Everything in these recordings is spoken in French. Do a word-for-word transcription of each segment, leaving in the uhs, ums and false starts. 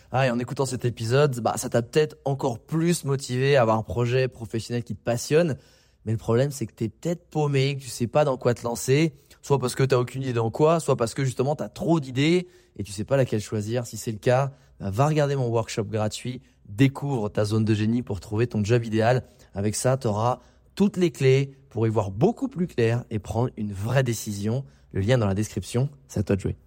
Ah, et en écoutant cet épisode, bah, ça t'a peut-être encore plus motivé à avoir un projet professionnel qui te passionne. Mais le problème, c'est que t'es peut-être paumé, que tu sais pas dans quoi te lancer. Soit parce que t'as aucune idée dans quoi, soit parce que justement t'as trop d'idées et tu sais pas laquelle choisir. Si c'est le cas, bah, va regarder mon workshop gratuit. Découvre ta zone de génie pour trouver ton job idéal. Avec ça, tu auras toutes les clés pour y voir beaucoup plus clair et prendre une vraie décision. Le lien dans la description, c'est à toi de jouer.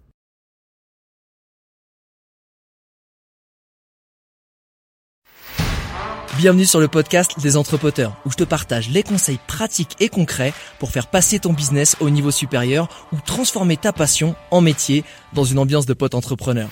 Bienvenue sur le podcast des Entrepoteurs, où je te partage les conseils pratiques et concrets pour faire passer ton business au niveau supérieur ou transformer ta passion en métier dans une ambiance de pote entrepreneur.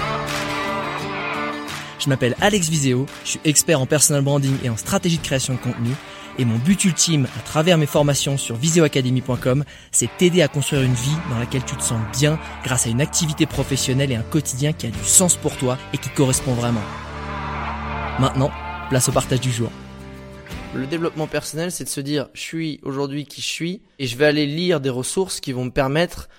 Je m'appelle Alex Viseo, je suis expert en personal branding et en stratégie de création de contenu. Et mon but ultime à travers mes formations sur viseo academy point com, c'est t'aider à construire une vie dans laquelle tu te sens bien grâce à une activité professionnelle et un quotidien qui a du sens pour toi et qui correspond vraiment. Maintenant, place au partage du jour. Le développement personnel, c'est de se dire, je suis aujourd'hui qui je suis et je vais aller lire des ressources qui vont me permettre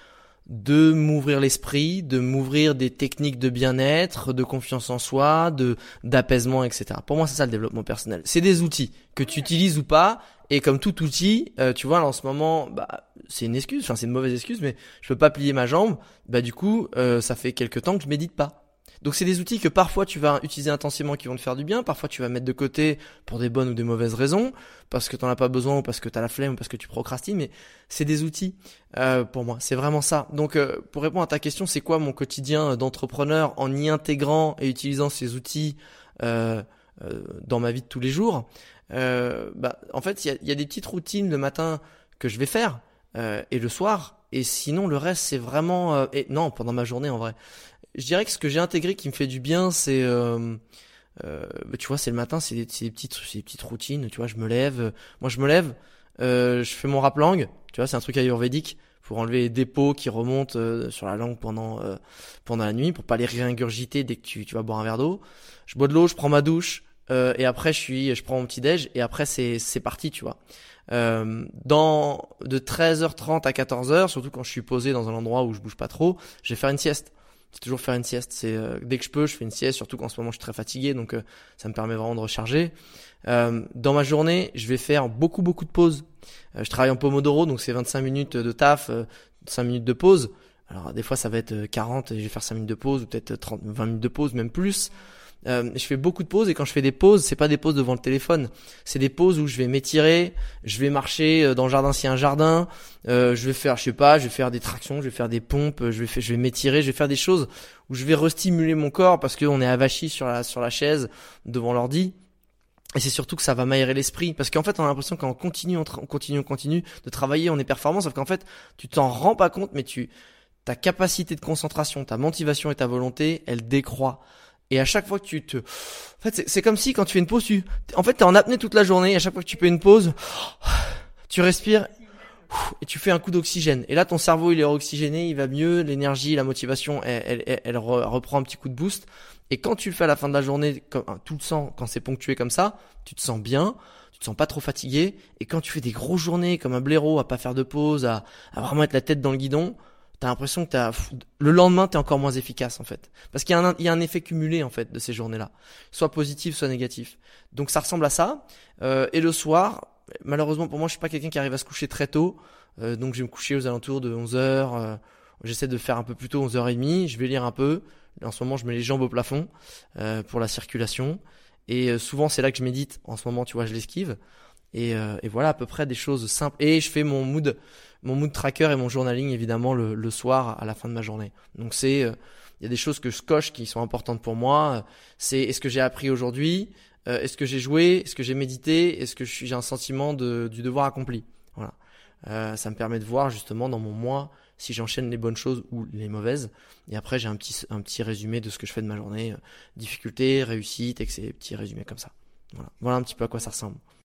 de m'ouvrir l'esprit, de m'ouvrir des techniques de bien-être, de confiance en soi, de d'apaisement, et cetera. Pour moi, c'est ça le développement personnel. C'est des outils que tu utilises ou pas. Et comme tout outil, euh, tu vois, là, en ce moment, bah, c'est une excuse, enfin c'est une mauvaise excuse, mais je peux pas plier ma jambe. Bah du coup, euh, ça fait quelque temps que je médite pas. Donc c'est des outils que parfois tu vas utiliser intensément qui vont te faire du bien, parfois tu vas mettre de côté pour des bonnes ou des mauvaises raisons, parce que t'en as pas besoin ou parce que t'as la flemme ou parce que tu procrastines, mais c'est des outils euh, pour moi, c'est vraiment ça. Donc euh, pour répondre à ta question, c'est quoi mon quotidien d'entrepreneur en y intégrant et utilisant ces outils euh, euh, dans ma vie de tous les jours euh, bah, en fait il y a, y a des petites routines le matin que je vais faire euh, et le soir, et sinon le reste c'est vraiment euh, et non pendant ma journée en vrai. Je dirais que ce que j'ai intégré qui me fait du bien, c'est, euh, euh, bah, tu vois, c'est le matin, c'est des, c'est des petites, c'est des petites routines. Tu vois, je me lève, euh, moi je me lève, euh, je fais mon rap langue. Tu vois, c'est un truc ayurvédique pour enlever les dépôts qui remontent euh, sur la langue pendant euh, pendant la nuit, pour pas les réingurgiter dès que tu, tu vas boire un verre d'eau. Je bois de l'eau, je prends ma douche euh, et après je suis, je prends mon petit déj et après c'est c'est parti, tu vois. Euh, dans de treize heures trente à quatorze heures, surtout quand je suis posé dans un endroit où je bouge pas trop, je vais faire une sieste. C'est toujours faire une sieste. C'est euh, dès que je peux, je fais une sieste. Surtout qu'en ce moment, je suis très fatigué, donc euh, ça me permet vraiment de recharger. Euh, dans ma journée, je vais faire beaucoup beaucoup de pauses. Euh, je travaille en pomodoro, donc c'est vingt-cinq minutes de taf, euh, cinq minutes de pause. Alors des fois, ça va être quarante et je vais faire cinq minutes de pause ou peut-être trente, vingt minutes de pause, même plus. Euh, je fais beaucoup de pauses et quand je fais des pauses, c'est pas des pauses devant le téléphone, c'est des pauses où je vais m'étirer, je vais marcher dans le jardin s'il y a un jardin, euh, je vais faire, je sais pas, je vais faire des tractions, je vais faire des pompes, je vais faire, je vais m'étirer, je vais faire des choses où je vais restimuler mon corps parce qu'on est avachi sur la sur la chaise devant l'ordi. Et c'est surtout que ça va m'aérer l'esprit, parce qu'en fait on a l'impression qu'on continue, on, tra- on continue, on continue de travailler, on est performant, sauf qu'en fait tu t'en rends pas compte, mais tu ta capacité de concentration, ta motivation et ta volonté, elle décroît. Et à chaque fois que tu te, en fait, c'est, c'est comme si quand tu fais une pause, tu, en fait, t'es en apnée toute la journée. Et à chaque fois que tu fais une pause, tu respires et tu fais un coup d'oxygène. Et là, ton cerveau, il est oxygéné, il va mieux, l'énergie, la motivation, elle, elle, elle, elle reprend un petit coup de boost. Et quand tu le fais à la fin de la journée, comme tout le sang, quand c'est ponctué comme ça, tu te sens bien, tu te sens pas trop fatigué. Et quand tu fais des grosses journées comme un blaireau, à pas faire de pause, à, à vraiment être la tête dans le guidon, t'as l'impression que t'as, le lendemain, t'es encore moins efficace, en fait. Parce qu'il y a un, il y a un effet cumulé, en fait, de ces journées-là. Soit positif, soit négatif. Donc, ça ressemble à ça. Euh, et le soir, malheureusement, pour moi, je suis pas quelqu'un qui arrive à se coucher très tôt. Euh, donc, je vais me coucher aux alentours de onze heures. Euh, j'essaie de faire un peu plus tôt, onze heures trente. Je vais lire un peu. En ce moment, je mets les jambes au plafond, euh, pour la circulation. Et euh, souvent, c'est là que je médite. En ce moment, tu vois, je l'esquive. Et, euh, et voilà, à peu près des choses simples. Et je fais mon mood, mon mood tracker et mon journaling évidemment le, le soir à la fin de ma journée. Donc c'est, euh, il y a des choses que je coche qui sont importantes pour moi. C'est est-ce que j'ai appris aujourd'hui, euh, est-ce que j'ai joué, est-ce que j'ai médité, est-ce que je suis, j'ai un sentiment de, du devoir accompli. Voilà, euh, ça me permet de voir justement dans mon moi si j'enchaîne les bonnes choses ou les mauvaises. Et après j'ai un petit, un petit résumé de ce que je fais de ma journée, euh, difficulté, réussite, et que c'est des petits résumés comme ça. Voilà, voilà un petit peu à quoi ça ressemble.